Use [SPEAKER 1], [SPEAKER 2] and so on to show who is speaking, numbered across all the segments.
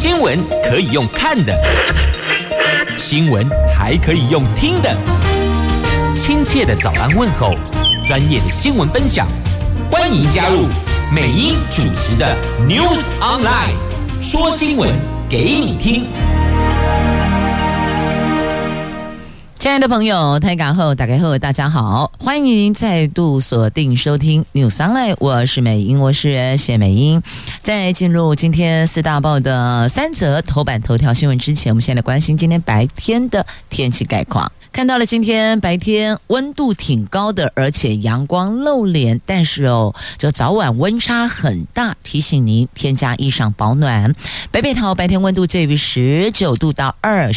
[SPEAKER 1] 新闻可以用看的，新闻还可以用听的。亲切的早安问候，专业的新闻分享，欢迎加入美英主持的 News Online， 说新闻给你听。
[SPEAKER 2] 亲爱的朋友，台港后打开后，大家好，欢迎您再度锁定收听 News Online， 我是美英，我是谢美英。在进入今天四大报的3则头版头条新闻之前，我们先来关心今天白天的天气概况。看到了今天白天温度挺高的，而且阳光露脸，但是这早晚温差很大，提醒您添加衣裳保暖。北北桃白天温度介于19度到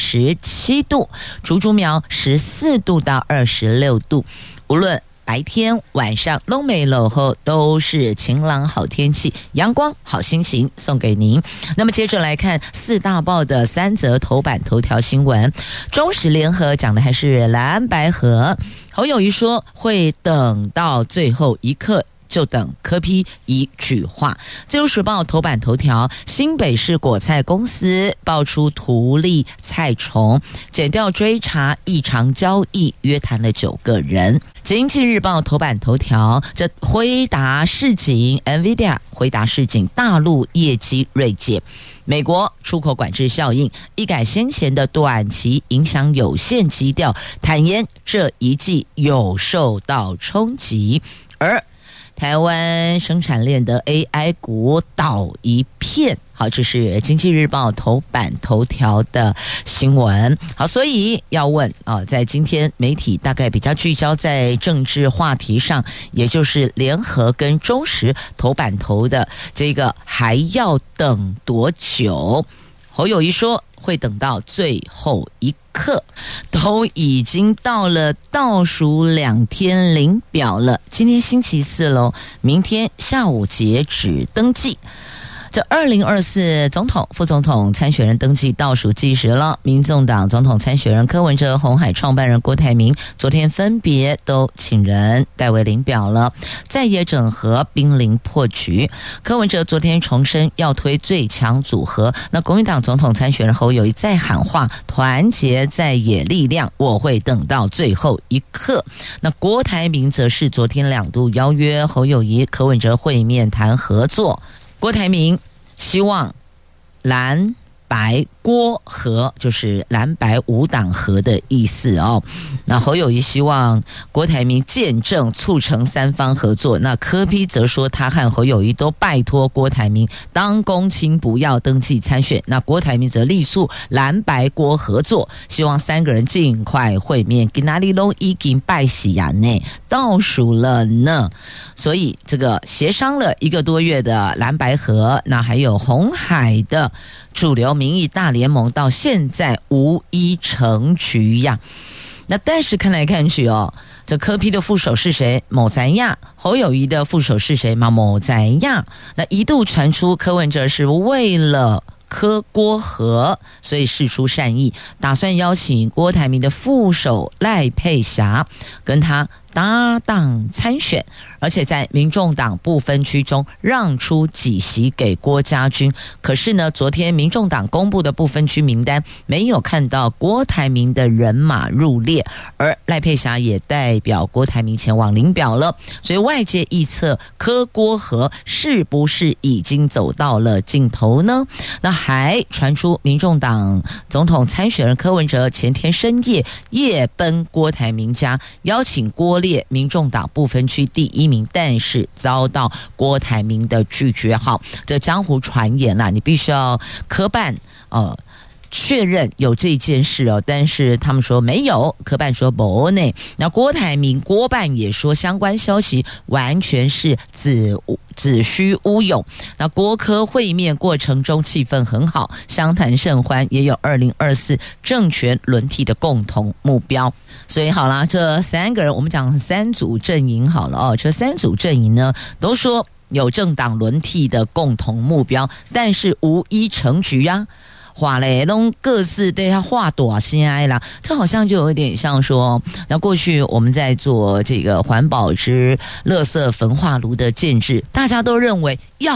[SPEAKER 2] 27度，竹竹苗14度到26度，无论白天晚上都没落后，都是晴朗好天气，阳光好心情送给您。那么接着来看四大报的3则头版头条新闻。中时联合讲的还是蓝白合，侯友宜说会等到最后一刻，就等柯 P 一句话。自由时报头版头条，新北市果菜公司爆出图利菜虫，检调追查异常交易，约谈了9个人。经济日报头版头条，这辉达示警 NVIDIA 辉达示警大陆业绩锐减，美国出口管制效应，一改先前的短期影响有限基调，坦言这一季有受到冲击，而台湾生产链的 AI 股倒一片。好，这是经济日报头版头条的新闻。好，所以要问在今天媒体大概比较聚焦在政治话题上，也就是联合跟中时头版头的这个还要等多久？侯友宜说会等到最后一刻，都已经到了倒数2天领表了，今天星期4咯，明天下午截止登记。这2024总统、副总统参选人登记倒数计时了。民众党总统参选人柯文哲、鸿海创办人郭台铭昨天分别都请人代为领表了。在野整合濒临破局，柯文哲昨天重申要推最强组合，那国民党总统参选人侯友宜再喊话团结在野力量，我会等到最后一刻。那郭台铭则是昨天2度邀约侯友宜、柯文哲会面谈合作。郭台铭希望蓝白郭合，就是蓝白5党合的意思哦。那侯友宜希望郭台铭见证促成3方合作，那柯 P 则说他和侯友宜都拜托郭台铭当公亲不要登记参选，那郭台铭则力促蓝白郭合作，希望3个人尽快会面。今天都已经拜喜呀呢，倒数了呢，所以这个协商了1个多月的蓝白合，那还有鸿海的主流民意大联盟到现在无一成局呀。那但是看来看去这柯 P 的副手是谁？某在亚。侯友宜的副手是谁吗？某在亚。那一度传出柯文哲是为了柯郭合，所以释出善意，打算邀请郭台铭的副手赖佩霞跟他搭档参选，而且在民众党不分区中让出几席给郭家军。可是呢，昨天民众党公布的不分区名单没有看到郭台铭的人马入列，而赖佩霞也代表郭台铭前往领表了，所以外界臆测柯郭合是不是已经走到了尽头呢？那还传出民众党总统参选人柯文哲前天深夜夜奔郭台铭家，邀请郭列民众党不分区第1名，但是遭到郭台铭的拒绝。好，这江湖传言啦，你必须要柯办确认有这件事但是他们说没有，柯办说没呢。那郭台铭郭办也说相关消息完全是子虚乌有。那郭柯会面过程中气氛很好，相谈甚欢，也有2024政权轮替的共同目标。所以好啦，这3个人我们讲3组阵营好了这3组阵营呢都说有政党轮替的共同目标，但是无一成局啊。话嘞，都各自对他话多些啦，这好像就有点像说，那过去我们在做这个环保之垃圾焚化炉的建制，大家都认为要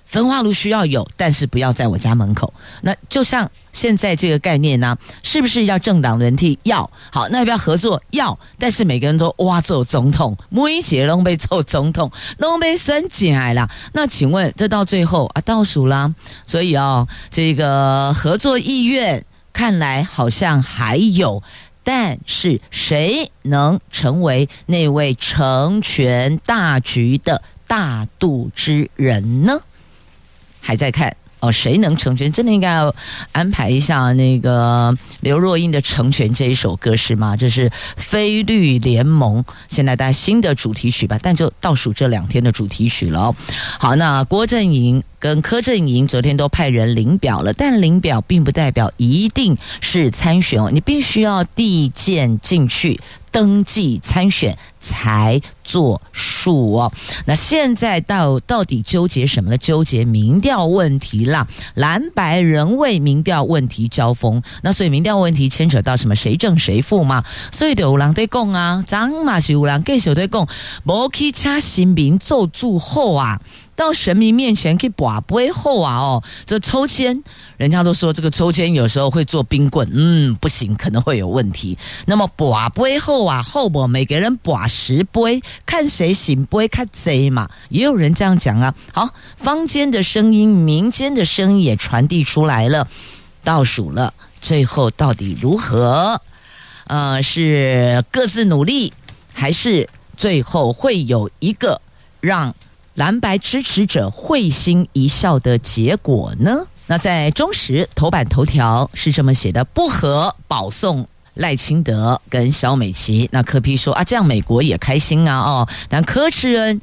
[SPEAKER 2] 焚化炉需要有，但是不要在我家门口。那就像现在这个概念呢，是不是要政党轮替？要。好，那要不要合作？要。但是每个人都哇做总统，每一届都被做总统，都被选进来了。那请问这到最后啊倒数啦，所以这个合作意愿看来好像还有。但是谁能成为那位成全大局的大度之人呢？还在看谁能成全？真的应该要安排一下那个刘若英的《成全》这一首歌是吗？这是非绿联盟现在大家新的主题曲吧，但就倒数这2天的主题曲了。好，那郭阵营跟柯阵营昨天都派人领表了，但领表并不代表一定是参选你必须要递件进去登记参选才作数那现在到底纠结什么呢？纠结民调问题啦，蓝白仍为民调问题交锋。那所以民调问题牵扯到什么？谁正谁负嘛？所以就有人在讲啊，张嘛是有人继续在讲，没去请新民做祝后啊。到神明面前去拔杯后这抽签，人家都说这个抽签有时候会做冰棍，不行，可能会有问题。那么拔杯后后不每个人拔10杯，看谁醒杯看贼嘛，也有人这样讲啊。好，坊间的声音、民间的声音也传递出来了，倒数了，最后到底如何？是各自努力，还是最后会有一个让蓝白支持者会心一笑的结果呢？那在中时头版头条是这么写的：不和保送赖清德跟萧美琪。那柯 P 说这样美国也开心啊但柯志恩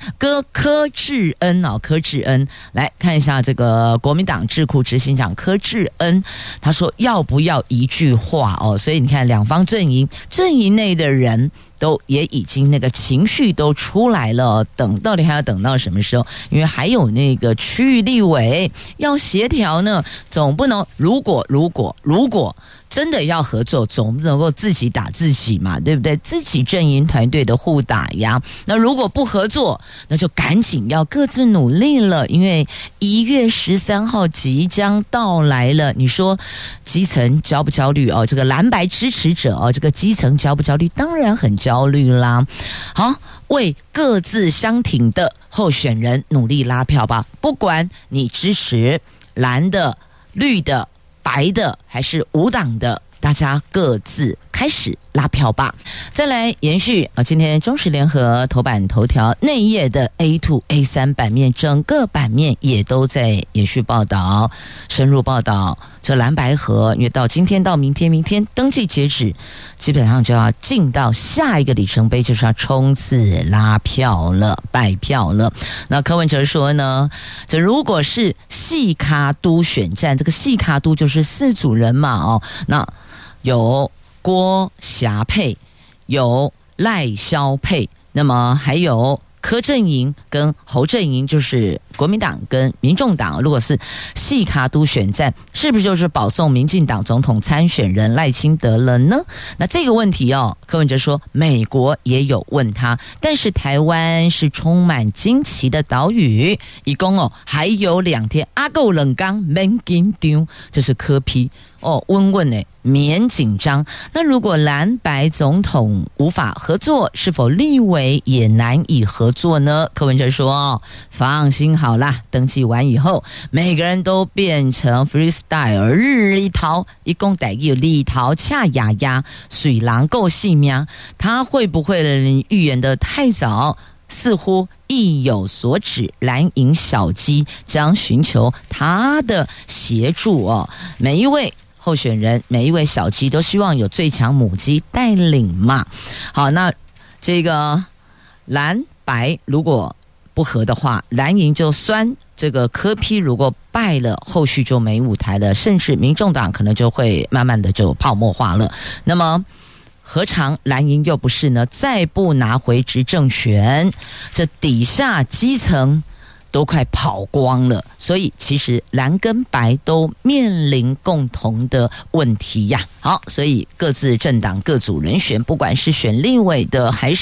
[SPEAKER 2] 来看一下这个国民党智库执行长柯志恩，他说要不要一句话所以你看两方阵营内的人都也已经那个情绪都出来了，到底还要等到什么时候？因为还有那个区域立委要协调呢，总不能如果真的要合作，总不能够自己打自己嘛，对不对？自己阵营团队的互打呀。那如果不合作，那就赶紧要各自努力了，因为1月13号即将到来了。你说基层焦不焦虑这个蓝白支持者这个基层焦不焦虑？当然很焦虑啦。好，为各自相挺的候选人努力拉票吧，不管你支持蓝的、绿的、白的还是无党的，大家各自开始拉票吧。再来延续今天中时联合头版头条内页的 A2、A3 版面，整个版面也都在延续报道，深入报道这蓝白合，因为到今天到明天登记截止，基本上就要进到下一个里程碑，就是要冲刺拉票了，拜票了。那柯文哲说呢，这如果是细卡都选战，这个细卡都就是4组人嘛那有郭霞配，有赖萧配，那么还有柯阵营跟侯阵营，就是国民党跟民众党。如果是细卡都选战，是不是就是保送民进党总统参选人赖清德了呢？那这个问题柯文哲说美国也有问他，但是台湾是充满惊奇的岛屿，一共还有2天阿够冷刚免紧张，这是柯 P 问免紧张。那如果蓝白总统无法合作，是否立委也难以合作呢？柯文哲说放心好啦，登记完以后每个人都变成 freestyle 日里头，一共逮有里头恰雅雅水狼够细命，他会不会预言的太早？似乎意有所指，蓝营小鸡将寻求他的协助每一位候选人，每一位小鸡都希望有最强母鸡带领嘛。好，那这个蓝白如果不合的话，蓝营就酸，这个柯 P 如果败了，后续就没舞台了，甚至民众党可能就会慢慢的就泡沫化了。那么何尝蓝营又不是呢？再不拿回执政权，这底下基层都快跑光了，所以其实蓝跟白都面临共同的问题呀。好，所以各自政党各组人选，不管是选立委的还是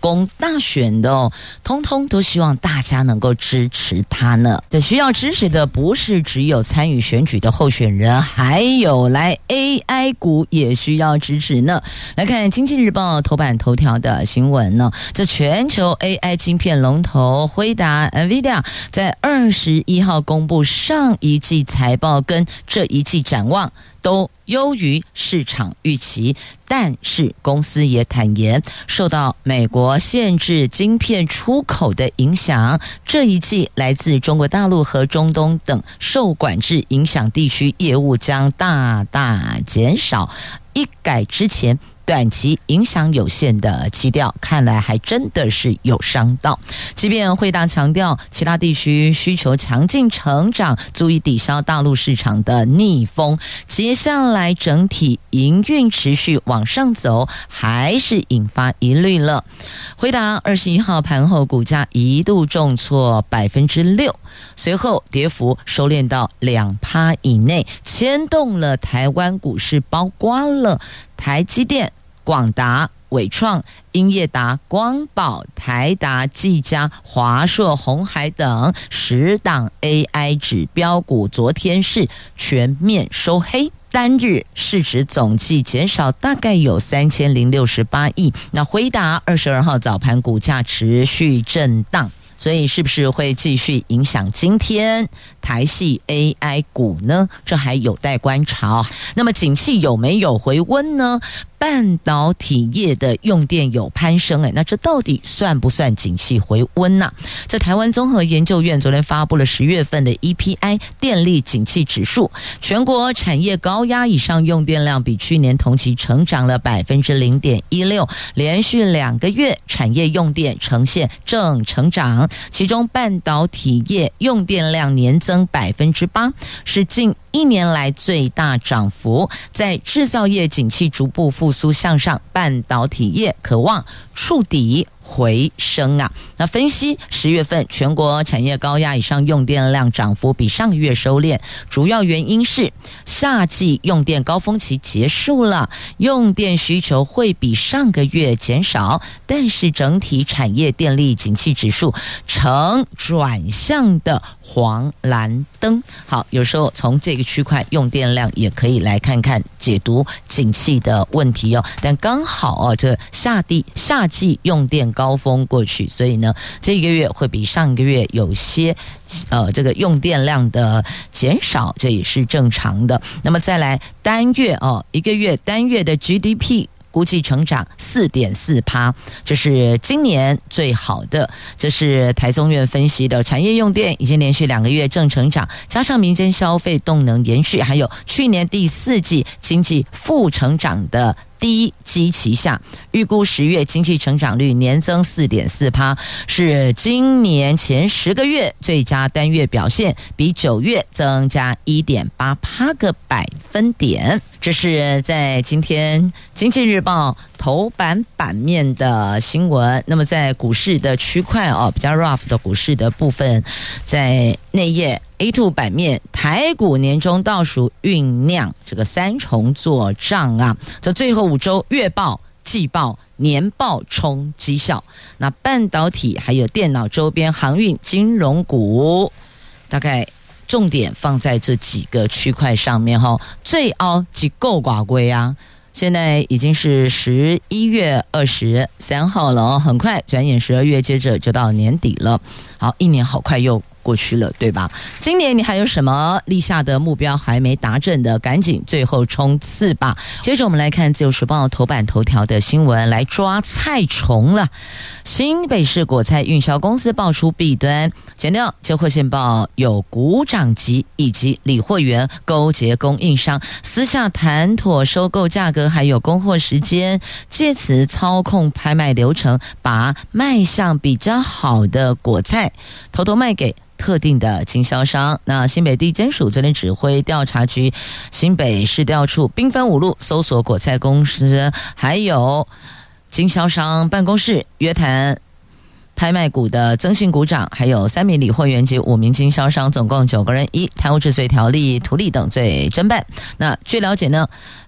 [SPEAKER 2] 攻大选的哦，通通都希望大家能够支持他呢。这需要支持的不是只有参与选举的候选人，还有来 AI 股也需要支持呢。来看经济日报头版头条的新闻呢，这全球 AI 晶片龙头辉达 NVIDIA 在21号公布上一季财报跟这一季展望都优于市场预期，但是公司也坦言，受到美国限制晶片出口的影响，这一季来自中国大陆和中东等受管制影响地区业务将大大减少，一改之前短期影响有限的基调，看来还真的是有伤到。即便辉达强调其他地区需求强劲成长足以抵消大陆市场的逆风，接下来整体营运持续往上走还是引发疑虑了。辉达21号盘后股价一度重挫 6%， 随后跌幅收敛到 2% 以内，牵动了台湾股市，包括了台积电、广达、伟创、英业达、光宝、台达、技嘉、华硕、鸿海等10档 AI 指标股昨天是全面收黑，单日市值总计减少大概有3068亿。那辉达22号早盘股价持续震荡，所以是不是会继续影响今天台系 AI 股呢？这还有待观察。那么景气有没有回温呢？半导体业的用电有攀升，那这到底算不算景气回温呢？这台湾综合研究院昨天发布了10月份的 EPI 电力景气指数，全国产业高压以上用电量比去年同期成长了 0.16%， 连续2个月产业用电呈现正成长，其中半导体业用电量年增 8%， 是近1年来最大涨幅。在制造业景气逐步复苏向上，半导体业可望触底回升啊。那分析10月份全国产业高压以上用电量涨幅比上个月收敛，主要原因是夏季用电高峰期结束了，用电需求会比上个月减少，但是整体产业电力景气指数呈转向的黄蓝灯。好，有时候从这个区块用电量也可以来看看解读景气的问题哦。但刚好这夏季用电高峰过去，所以呢这个月会比上个月有些这个用电量的减少，这也是正常的。那么再来单月一个月单月的 GDP估计成长 4.4%， 这是今年最好的。这是台中院分析的，产业用电已经连续2个月正成长，加上民间消费动能延续，还有去年第4季经济负成长的低基期下，预估10月经济成长率年增 4.4%， 是今年前10个月最佳单月表现，比9月增加 1.8% 个百分点。这是在今天经济日报头版版面的新闻。那么在股市的区块比较 rough 的股市的部分，在内页 A2 版面，台股年中倒数酝酿这个3重作账啊，这最后5周月报、季报、年报冲绩效。那半导体还有电脑周边、航运、金融股，大概重点放在这几个区块上面哈。最凹几够寡贵啊！现在已经是11月23号了很快转眼12月，接着就到年底了。好，一年好快又过去了，对吧？今年你还有什么立下的目标还没达成的，赶紧最后冲刺吧。接着我们来看自由时报头版头条的新闻，来抓菜虫了。新北市果菜运销公司爆出弊端，强调接获线报有股长级以及理货员勾结供应商，私下谈妥收购价格还有供货时间，借此操控拍卖流程，把卖相比较好的果菜偷偷卖给特定的经销商。那新北地检署昨天指挥调查局新北市调处兵分5路搜索果菜公司还有经销商办公室，约谈拍卖股的曾姓股长，还有3名理货员及5名经销商，总共9个人，以贪污治罪条例、图利等罪侦办。那据了解呢，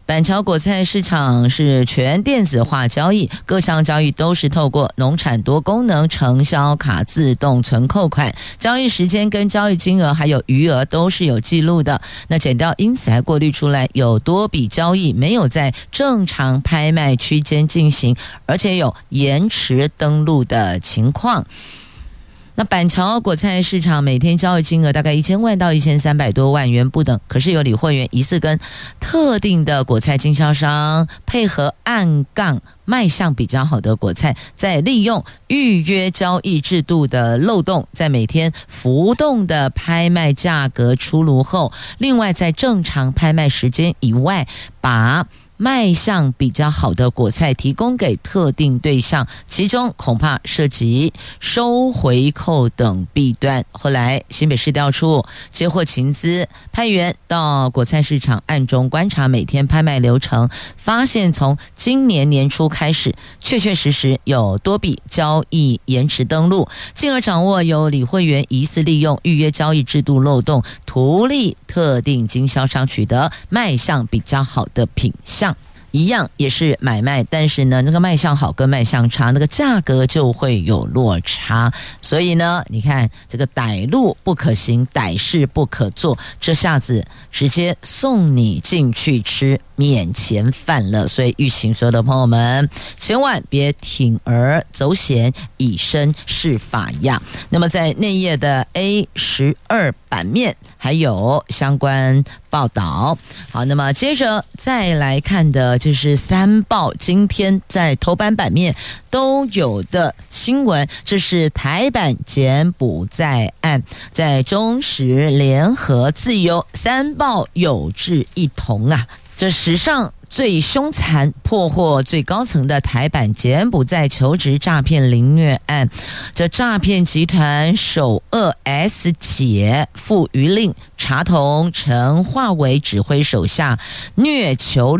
[SPEAKER 2] 板桥果菜市场是全电子化交易，各项交易都是透过农产多功能承销卡自动存扣款，交易时间跟交易金额还有余额都是有记录的。那检调因此还过滤出来有多笔交易没有在正常拍卖区间进行，而且有延迟登录的情况。那板桥果菜市场每天交易金额大概1000万到1300多万元不等，可是有理货员疑似跟特定的果菜经销商配合暗杠卖相比较好的果菜，在利用预约交易制度的漏洞，在每天浮动的拍卖价格出炉后，另外在正常拍卖时间以外，把卖相比较好的果菜提供给特定对象，其中恐怕涉及收回扣等弊端。后来新北市调处接获情资，派员到果菜市场暗中观察每天拍卖流程，发现从今年年初开始，确确实实有多笔交易延迟登录，进而掌握有理货员疑似利用预约交易制度漏洞，图利特定经销商取得卖相比较好的品项。一样也是买卖，但是呢，那个卖相好跟卖相差，那个价格就会有落差。所以呢，你看这个歹路不可行，歹事不可做，这下子直接送你进去吃免钱饭了。所以预请所有的朋友们，千万别铤而走险，以身试法呀。那么在内页的 A12 版面还有相关报道。好，那么接着再来看的就是三报今天在头版版面都有的新闻，这是台版柬埔寨案，在中时、联合、自由三报有志一同啊，这史上最凶残破获最高层的台版柬埔寨求职诈骗凌虐案，这诈骗集团首恶 S 姐傅于令查同陈化为指挥手下虐囚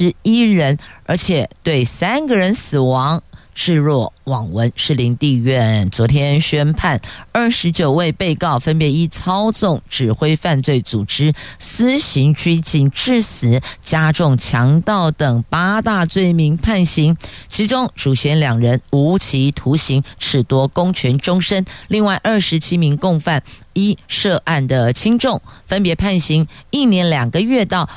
[SPEAKER 2] 61人，而且对3个人死亡置若罔闻。士林地院昨天宣判，29位被告分别依操纵、指挥犯罪组织、私刑拘禁致死、加重强盗等8大罪名判刑，其中主嫌2人无期徒刑，褫夺公权终身，另外27名共犯依涉案的轻重，分别判刑1年2个月到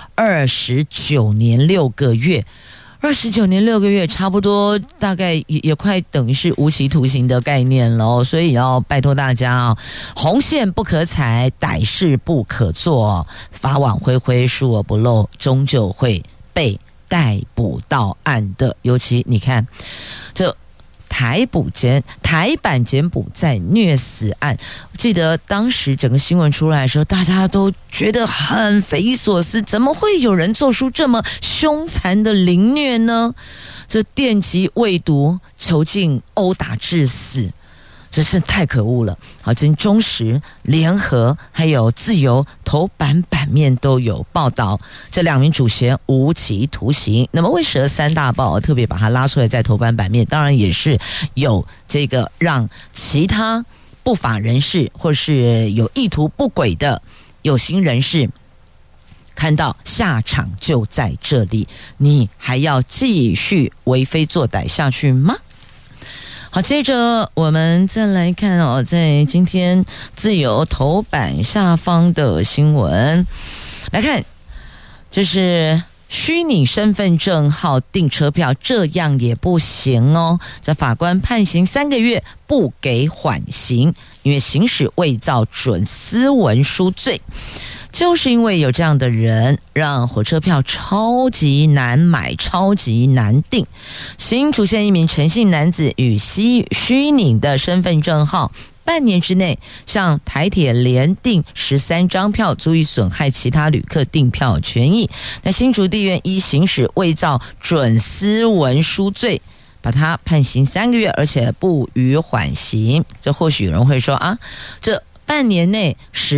[SPEAKER 2] 29年6个月。29年6个月，差不多大概也快等于是无期徒刑的概念了，所以要拜托大家啊，红线不可踩，歹事不可做，法网恢恢，疏而不漏，终究会被逮捕到案的。尤其你看这台版柬埔寨虐死案，记得当时整个新闻出来的时候，大家都觉得很匪夷所思，怎么会有人做出这么凶残的凌虐呢？这电击喂毒、囚禁、殴打致死，真是太可恶了。好，今中时、联合还有自由头版版面都有报道，这2名主嫌无期徒刑。那么为什么3大报特别把它拉出来在头版版面？当然也是有这个让其他不法人士或是有意图不轨的有心人士看到下场就在这里，你还要继续为非作歹下去吗？好，接着我们再来看哦，在今天自由头版下方的新闻来看，就是虚拟身份证号订车票，这样也不行哦。这法官判刑3个月，不给缓刑，因为行使伪造准私文书罪。就是因为有这样的人，让火车票超级难买，超级难订。新竹县一名陈姓男子与虚拟的身份证号，半年之内向台铁联订13张票，足以损害其他旅客订票权益。那新竹地院依行使伪造准私文书罪，把他判刑3个月，而且不予缓刑。这或许有人会说啊，这半年内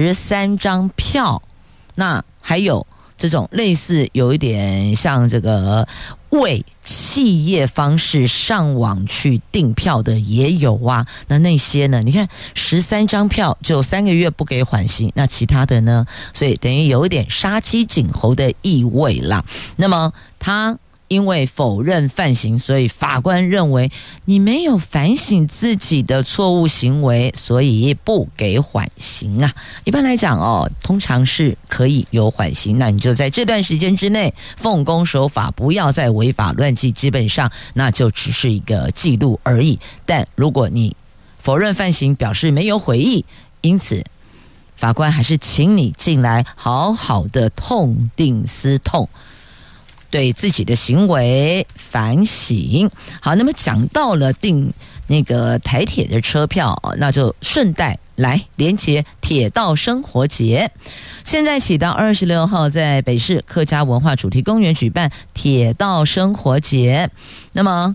[SPEAKER 2] 13张票，那还有这种类似有一点像这个为企业方式上网去订票的也有啊。那些呢？你看13张票就3个月不给缓刑，那其他的呢？所以等于有一点杀鸡儆猴的意味啦。那么他因为否认犯行，所以法官认为你没有反省自己的错误行为，所以不给缓刑啊。一般来讲通常是可以有缓刑，那你就在这段时间之内奉公守法，不要再违法乱纪，基本上那就只是一个记录而已。但如果你否认犯行，表示没有悔意，因此法官还是请你进来好好的痛定思痛，对自己的行为反省。好，那么讲到了订那个台铁的车票，那就顺带来连结铁道生活节。现在起到26号在北市客家文化主题公园举办铁道生活节，那么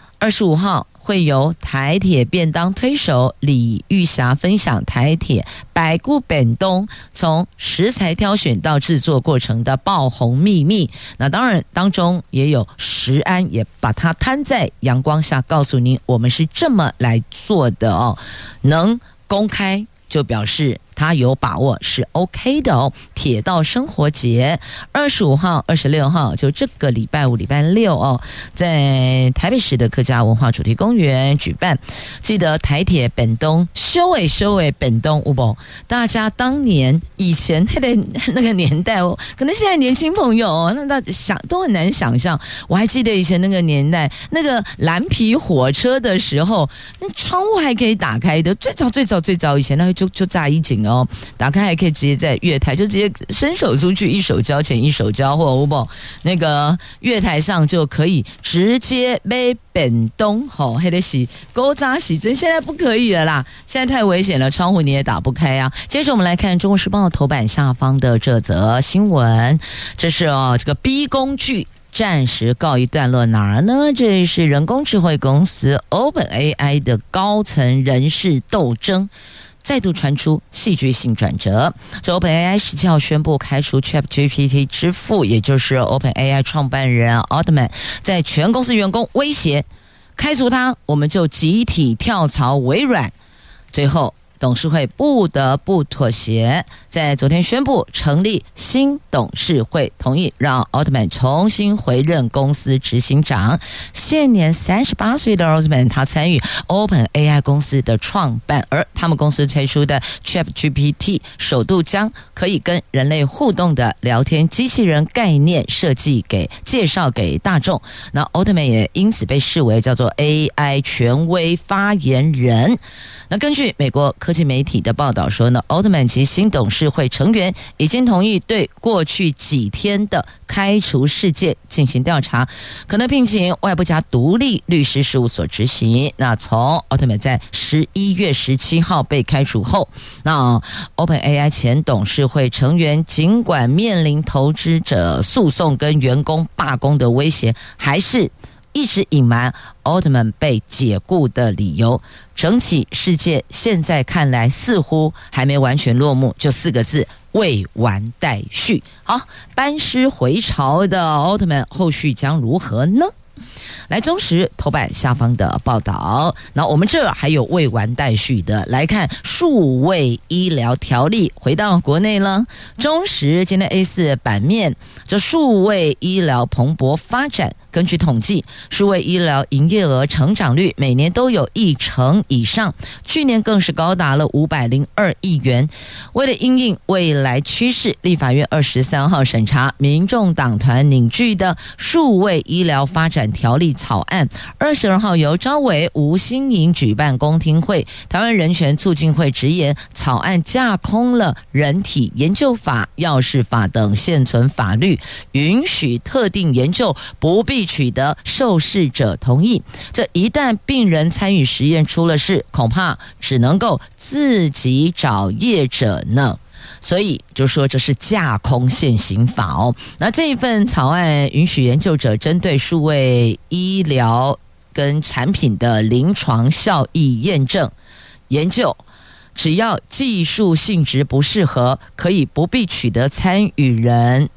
[SPEAKER 2] 25号会由台铁便当推手李玉霞分享台铁百菇本东从食材挑选到制作过程的爆红秘密。那当然当中也有食安，也把它摊在阳光下告诉您我们是这么来做的能公开就表示他有把握是 OK 的铁道生活节25号26号就这个礼拜五礼拜六在台北市的客家文化主题公园举办。记得台铁本东修尾本东有没？大家当年以前那个年代可能现在年轻朋友那都很难想象。我还记得以前那个年代那个蓝皮火车的时候，那窗户还可以打开的，最早以前那就炸一景打开还可以直接在月台就直接伸手出去，一手交钱一手交货，那个月台上就可以直接买便当黑的洗勾扎洗针，现在不可以了啦，现在太危险了，窗户你也打不开啊。接着我们来看《中国时报》头版下方的这则新闻，这是这个 B 工具暂时告一段落，哪儿呢？这是人工智慧公司 OpenAI 的高层人事斗争再度传出戏剧性转折。这 OpenAI 17号宣布开除 ChatGPT 之父，也就是 OpenAI 创办人 Altman， 在全公司员工威胁开除他，我们就集体跳槽微软。最后董事会不得不妥协，在昨天宣布成立新董事会，同意让奥特曼重新回任公司执行长。现年38岁的奥特曼，他参与 OpenAI 公司的创办，而他们公司推出的 ChatGPT 首度将可以跟人类互动的聊天机器人概念介绍给大众。那奥特曼也因此被视为叫做 AI 权威发言人。那根据美国科技媒体的报道说呢，奥特曼及新董事会成员已经同意对过去几天的开除事件进行调查，可能聘请外部家独立律师事务所执行。那从奥特曼在11月17号被开除后，那 OpenAI 前董事会成员尽管面临投资者诉讼跟员工罢工的威胁，还是一直隐瞒奥特曼被解雇的理由。整起事件现在看来似乎还没完全落幕，就4个字：未完待续。好，班师回朝的奥特曼后续将如何呢？来，中时头版下方的报道，那我们这还有未完待续的，来看数位医疗条例回到国内了。中时今天 A4 版面，这数位医疗蓬勃发展。根据统计，数位医疗营业额成长率每年都有1%以上，去年更是高达了502亿元。为了因应未来趋势，立法院23号审查民众党团凝聚的数位医疗发展条例草案，22号由召委吴欣颖举办公听会。台湾人权促进会直言，草案架空了人体研究法、药事法等现存法律，允许特定研究不必取得受试者同意，这一旦病人参与实验出了事，恐怕只能够自己找业者呢。所以就说这是架空现行法哦。那这一份草案允许研究者针对数位医疗跟产品的临床效益验证研究，只要技术性质不适合，可以不必取得参与人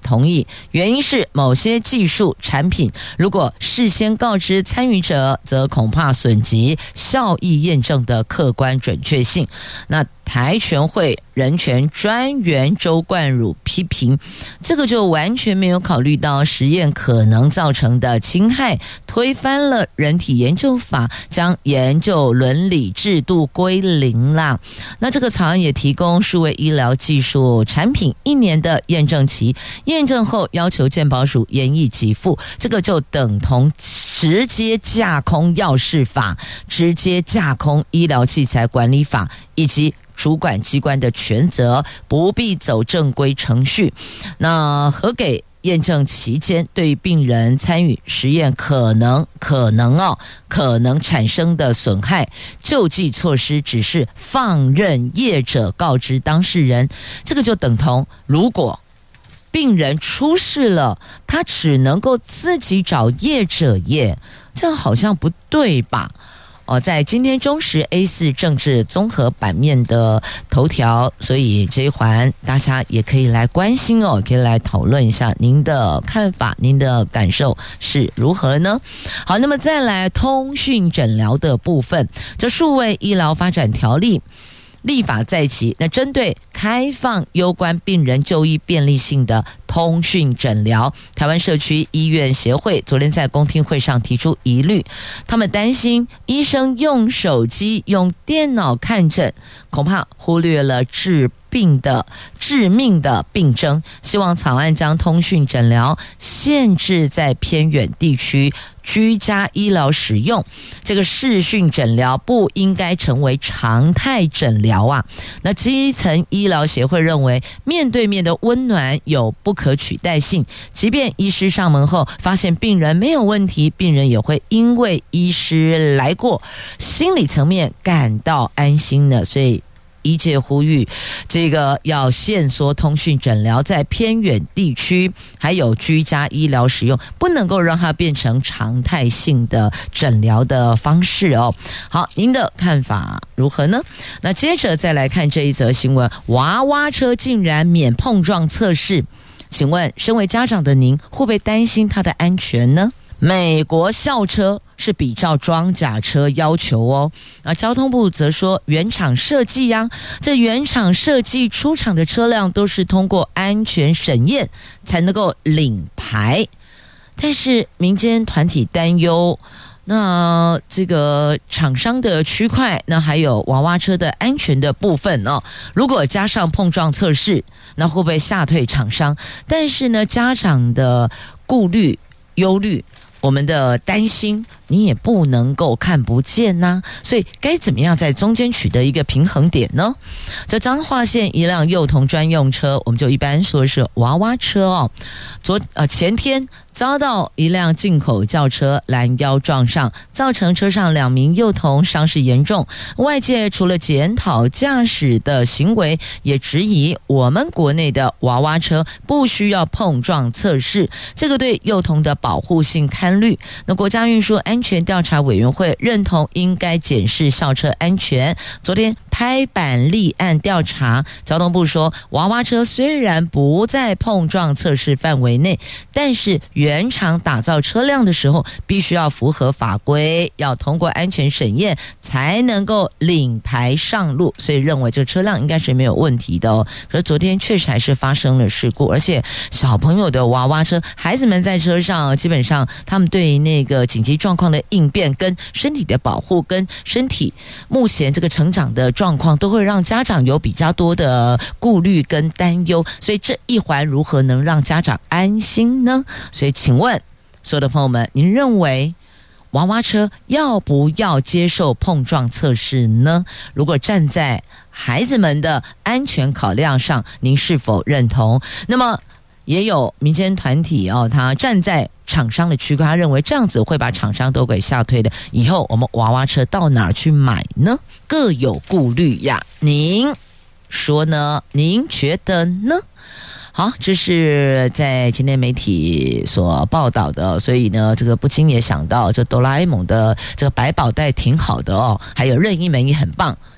[SPEAKER 2] 同意，原因是某些技术产品如果事先告知参与者，则恐怕损及效益验证的客观准确性。那台全会人权专员周冠儒批评，这个就完全没有考虑到实验可能造成的侵害，推翻了人体研究法，将研究伦理制度归零啦。那这个草案也提供数位医疗技术产品1年的验证期，验证后要求健保署严议给付，这个就等同直接架空药事法、直接架空医疗器材管理法以及主管机关的权责，不必走正规程序。那核给验证期间，对于病人参与实验可能产生的损害，救济措施只是放任业者告知当事人，这个就等同如果病人出事了，他只能够自己找业者业，这样好像不对吧？在今天中时 A4 政治综合版面的头条，所以这一环大家也可以来关心哦，可以来讨论一下您的看法，您的感受是如何呢？好，那么再来通讯诊疗的部分，这数位医疗发展条例立法在即，那针对开放攸关病人就医便利性的通讯诊疗，台湾社区医院协会昨天在公听会上提出疑虑，他们担心医生用手机、用电脑看诊，恐怕忽略了致命的病症，希望草案将通讯诊疗限制在偏远地区居家医疗使用，这个视讯诊疗不应该成为常态诊疗啊。那基层医疗协会认为，面对面的温暖有不可取代性，即便医师上门后发现病人没有问题，病人也会因为医师来过，心理层面感到安心的，所以医界呼吁这个要限缩通讯诊疗在偏远地区还有居家医疗使用，不能够让它变成常态性的诊疗的方式哦。好，您的看法如何呢？那接着再来看这一则新闻，娃娃车竟然免碰撞测试，请问身为家长的您会不会担心它的安全呢？美国校车是比照装甲车要求哦，交通部则说原厂设计这原厂设计出厂的车辆都是通过安全审验才能够领牌，但是民间团体担忧，那这个厂商的区块，那还有娃娃车的安全的部分哦，如果加上碰撞测试，那会不会吓退厂商？但是呢，家长的顾虑、忧虑，我们的担心你也不能够看不见呐，所以该怎么样在中间取得一个平衡点呢？这彰化县一辆幼童专用车，我们就一般说是娃娃车哦，前天遭到一辆进口轿车拦腰撞上，造成车上2名幼童伤势严重。外界除了检讨驾驶的行为，也质疑我们国内的娃娃车不需要碰撞测试，这个对幼童的保护性堪虑。那国家运输安全调查委员会认同应该检视校车安全，昨天拍板立案调查。交通部说，娃娃车虽然不在碰撞测试范围内，但是原厂打造车辆的时候必须要符合法规，要通过安全审验才能够领牌上路，所以认为这车辆应该是没有问题的哦。可是昨天确实还是发生了事故，而且小朋友的娃娃车，孩子们在车上，基本上他们对那个紧急状况的应变跟身体的保护跟身体目前这个成长的状况，都会让家长有比较多的顾虑跟担忧，所以这一环如何能让家长安心呢？所以请问所有的朋友们，您认为娃娃车要不要接受碰撞测试呢？如果站在孩子们的安全考量上，您是否认同？那么也有民间团体他站在厂商的区块，他认为这样子会把厂商都给吓退的，以后我们娃娃车到哪儿去买呢？各有顾虑呀，您说呢？您觉得呢？好，这是在今天媒体所报道的，所以呢，这个不禁也想到，这哆啦 A 梦的这个百宝袋挺好的哦，还有任意门也很棒。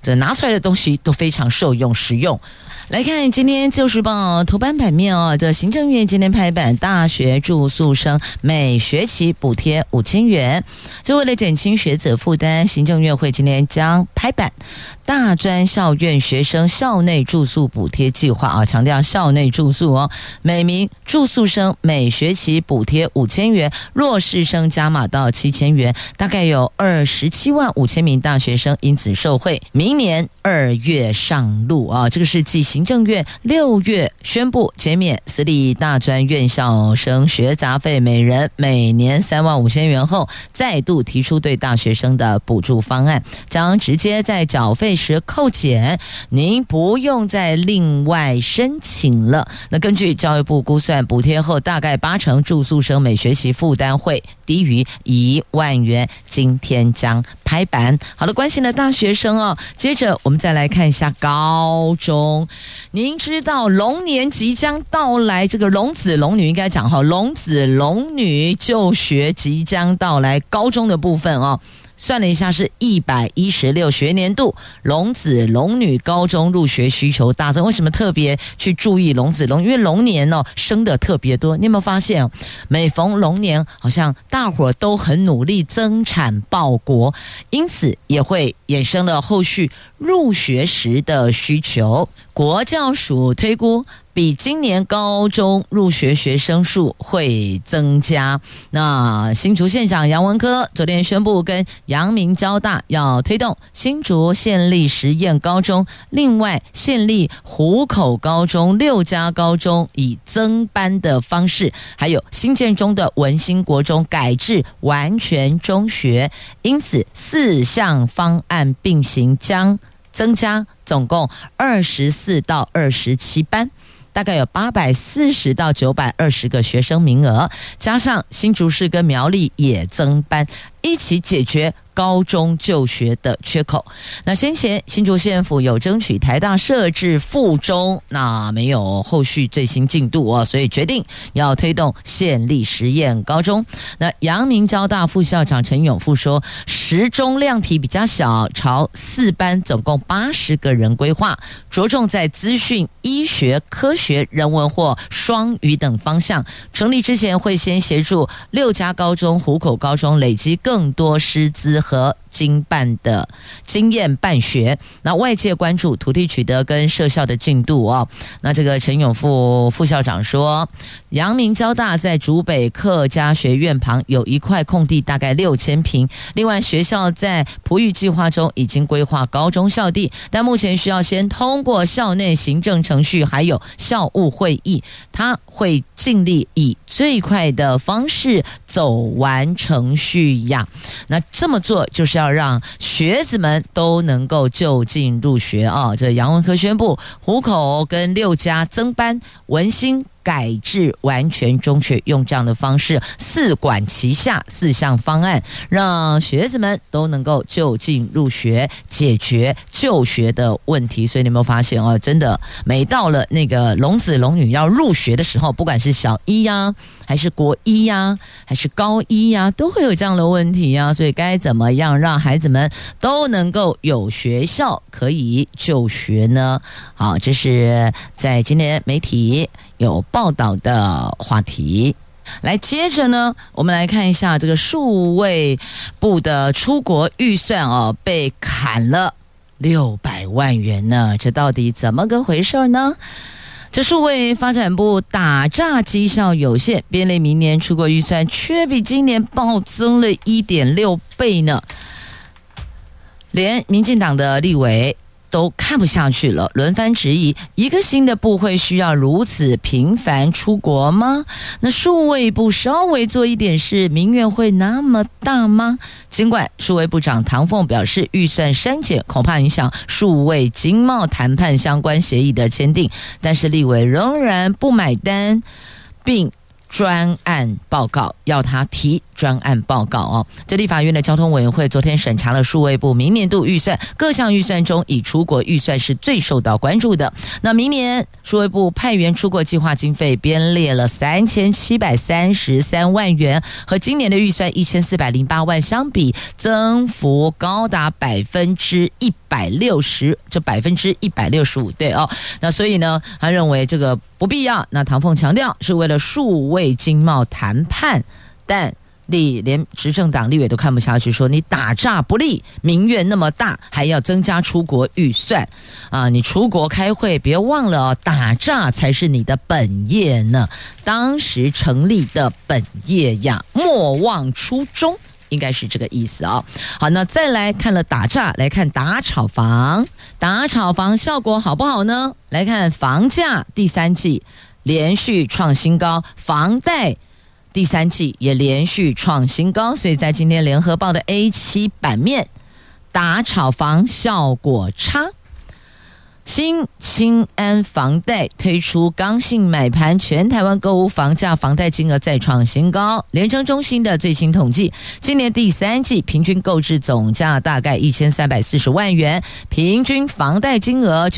[SPEAKER 2] 这拿出来的东西都非常受用实用。来看今天《自由时报》头版版面哦，这行政院今天拍板，大学住宿生每学期补贴5000元。这为了减轻学者负担，行政院会今天将拍板大专校院学生校内住宿补贴计划啊，强调校内住宿哦，每名住宿生每学期补贴5000元，弱势生加码到7000元，大概有27万5千名大学生因此受惠。明年2月上路啊，这个是继行政院6月宣布减免私立大专院校生学杂费每人每年3万5千元后，再度提出对大学生的补助方案，将直接在缴费时扣减，您不用再另外申请了。那根据教育部估算，补贴后大概80%住宿生每学期负担会低于1万元。今天将拍板。好的，关心的大学生哦。接着我们再来看一下高中。您知道龙年即将到来，这个龙子龙女应该讲哈，龙子龙女就学即将到来，高中的部分哦。算了一下，是116学年度龙子龙女高中入学需求大增。为什么特别去注意龙子龙？因为龙年哦生的特别多。你有没有发现，每逢龙年好像大伙都很努力增产报国，因此也会衍生了后续入学时的需求。国教署推估，比今年高中入学学生数会增加。那新竹县长杨文科昨天宣布，跟阳明交大要推动新竹县立实验高中，另外县立湖口高中6家高中以增班的方式，还有新建中的文心国中改制完全中学，因此4项方案并行，将增加总共24到27班，大概有840到920个学生名额，加上新竹市跟苗栗也增班，一起解决高中就学的缺口。那先前新竹县府有争取台大设置附中，那没有后续最新进度哦，所以决定要推动县立实验高中。那阳明交大副校长陈永富说，10中量体比较小，朝4班总共80个人规划，着重在资讯、医学、科学、人文或双语等方向。成立之前会先协助6家高中、湖口高中累积更多师资和经验办学。那外界关注土地取得跟设校的进度哦。那这个陈永富副校长说，阳明交大在竹北客家学院旁有一块空地，大概6000坪。另外学校在璞玉计划中已经规划高中校地，但目前需要先通过校内行政程序还有校务会议，他会尽力以最快的方式走完程序呀。那这么做就是要让学子们都能够就近入学啊！这杨文科宣布，湖口跟6家增班，文心改制完全中学，用这样的方式4管齐下，4项方案，让学子们都能够就近入学，解决就学的问题。所以你有没有发现哦？真的，每到了那个龙子龙女要入学的时候，不管是小一呀，还是国一呀，还是高一呀，都会有这样的问题呀。所以该怎么样让孩子们都能够有学校可以就学呢？好，这是在今天媒体有报道的话题。来，接着呢，我们来看一下这个数位部的出国预算哦，被砍了600万元呢，这到底怎么个回事呢？这数位发展部打诈绩效有限，编列明年出国预算却比今年暴增了1.6倍呢，连民进党的立委都看不下去了，轮番质疑，一个新的部会需要如此频繁出国吗？那数位部稍微做一点事，民怨会那么大吗？尽管数位部长唐凤表示，预算删减恐怕影响数位经贸谈判相关协议的签订，但是立委仍然不买单，并专案报告，要他提专案报告哦。这立法院的交通委员会昨天审查了数位部明年度预算，各项预算中以出国预算是最受到关注的。那明年数位部派员出国计划经费编列了3733万元，和今年的预算1408万相比，增幅高达160%，这165%对哦。那所以呢，他认为这个不必要。那唐凤强调是为了数位经贸谈判，但连执政党立委都看不下去，说你打诈不利，民怨那么大，还要增加出国预算啊！你出国开会，别忘了哦，打诈才是你的本业呢，当时成立的本业呀，莫忘初衷。应该是这个意思哦。好，那再来看了打诈，来看打炒房。打炒房效果好不好呢？来看房价第三季连续创新高，房贷第三季也连续创新高，所以在今天联合报的 A7 版面，打炒房效果差。新青安房贷推出刚性买盘，全台湾购屋房价房贷金额再创新高。联征中心的最新统计，今年第三季平均购置总价大概1340万元，平均房贷金额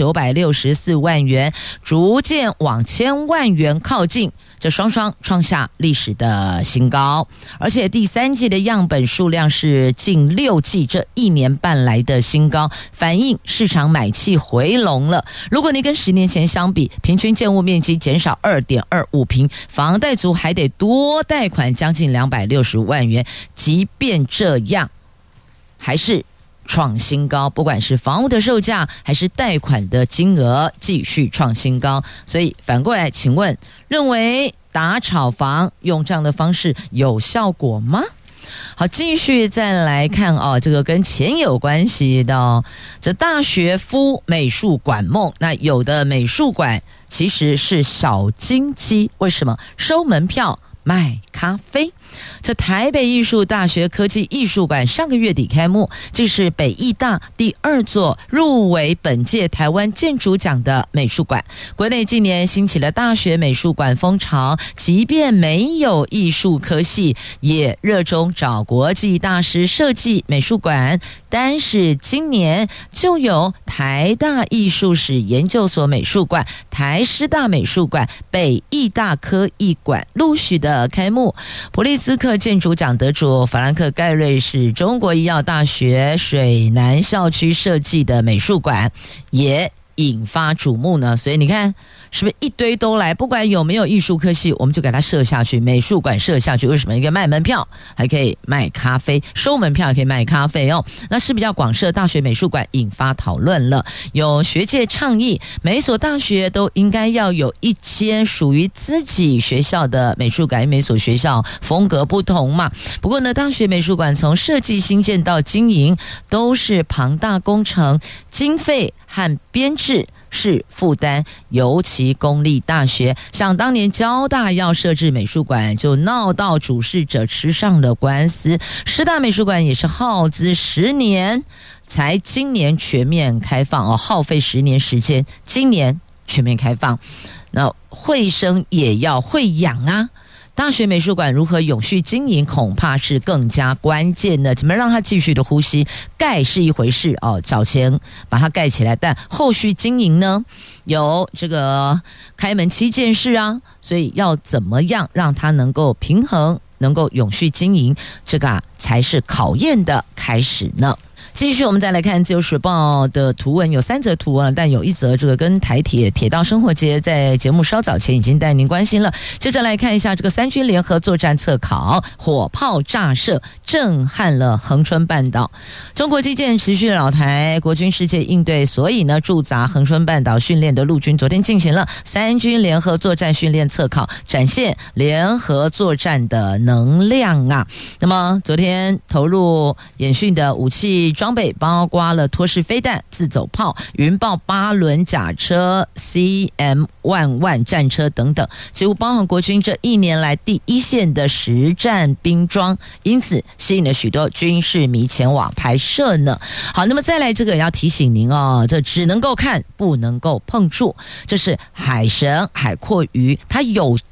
[SPEAKER 2] 964万元，逐渐往1000万元靠近，这双双创下历史的新高。而且第三季的样本数量是近6季这1年半来的新高，反映市场买气回笼了。如果你跟10年前相比，平均建物面积减少 2.25 坪，房贷族还得多贷款将近260万元，即便这样还是创新高，不管是房屋的售价还是贷款的金额继续创新高。所以反过来请问，认为打炒房用这样的方式有效果吗？好，继续再来看哦，这个跟钱有关系的这大学夫美术馆梦。那有的美术馆其实是小金鸡，为什么？收门票卖咖啡。这台北艺术大学科技艺术馆上个月底开幕，这是北艺大第2座入围本届台湾建筑奖的美术馆。国内近年兴起了大学美术馆风潮，即便没有艺术科系，也热衷找国际大师设计美术馆。但是今年就有台大艺术史研究所美术馆、台师大美术馆、北艺大科艺馆陆续的开幕。普利兹克建筑奖得主法兰克盖瑞是中国医药大学水南校区设计的美术馆，也引发瞩目呢。所以你看是不是一堆都来，不管有没有艺术科系，我们就给它设下去，美术馆设下去。为什么？一个卖门票，还可以卖咖啡，收门票可以卖咖啡哦。那是比较广设大学美术馆引发讨论了，有学界倡议，每所大学都应该要有一间属于自己学校的美术馆，每所学校风格不同嘛。不过呢，大学美术馆从设计新建到经营都是庞大工程，经费和编制是负担，尤其公立大学，像当年交大要设置美术馆，就闹到主事者吃上了官司。师大美术馆也是耗资10年，才今年全面开放哦，耗费10年时间，今年全面开放。那会生也要会养啊。大学美术馆如何永续经营，恐怕是更加关键的。怎么让它继续的呼吸？盖是一回事哦，找钱把它盖起来，但后续经营呢？有这个开门7件事啊，所以要怎么样让它能够平衡，能够永续经营，这个才是考验的开始呢。继续，我们再来看《自由时报》的图文，有3则图文，但有一则这个跟台铁铁道生活节在节目稍早前已经带您关心了。接着来看一下这个3军联合作战测考，火炮炸射震撼了恒春半岛。中国基建持续扰台，国军世界应对，所以呢驻扎恒春半岛训练的陆军昨天进行了3军联合作战训练测考，展现联合作战的能量啊。那么昨天投入演训的武器装备包括了托式飞弹、自走炮、云豹8轮甲车、CM11战车等等，几乎包含国军这1年来第一线的实战兵装，因此吸引了许多军事迷前往拍摄呢。好，那么再来这个也要提醒您哦，这只能够看不能够碰触，这是海神海阔鱼，它有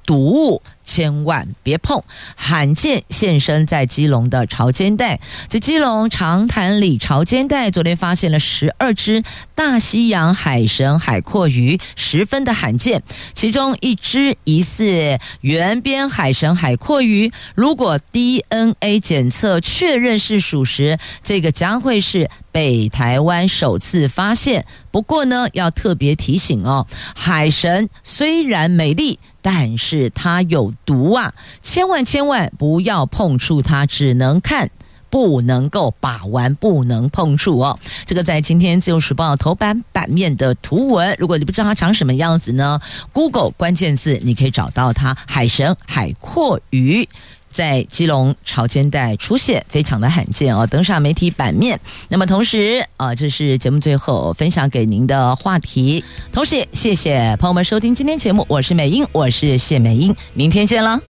[SPEAKER 2] 毒物，千万别碰。罕见现身在基隆的潮间带，在基隆长潭里潮间带，昨天发现了12只大西洋海神海蛞蝓，十分的罕见。其中一只疑似圆边海神海蛞蝓，如果 DNA 检测确认是属实，这个将会是北台湾首次发现。不过呢，要特别提醒哦，海神虽然美丽，但是它有毒啊，千万不要碰触它，只能看，不能够把玩，不能碰触哦。这个在今天自由时报头版版面的图文，如果你不知道它长什么样子呢， Google 关键字你可以找到它，海神海蛞蝓在基隆潮间带出现，非常的罕见哦，登上媒体版面。那么同时这是节目最后分享给您的话题，同时也谢谢朋友们收听今天节目，我是美英，我是谢美英，明天见了。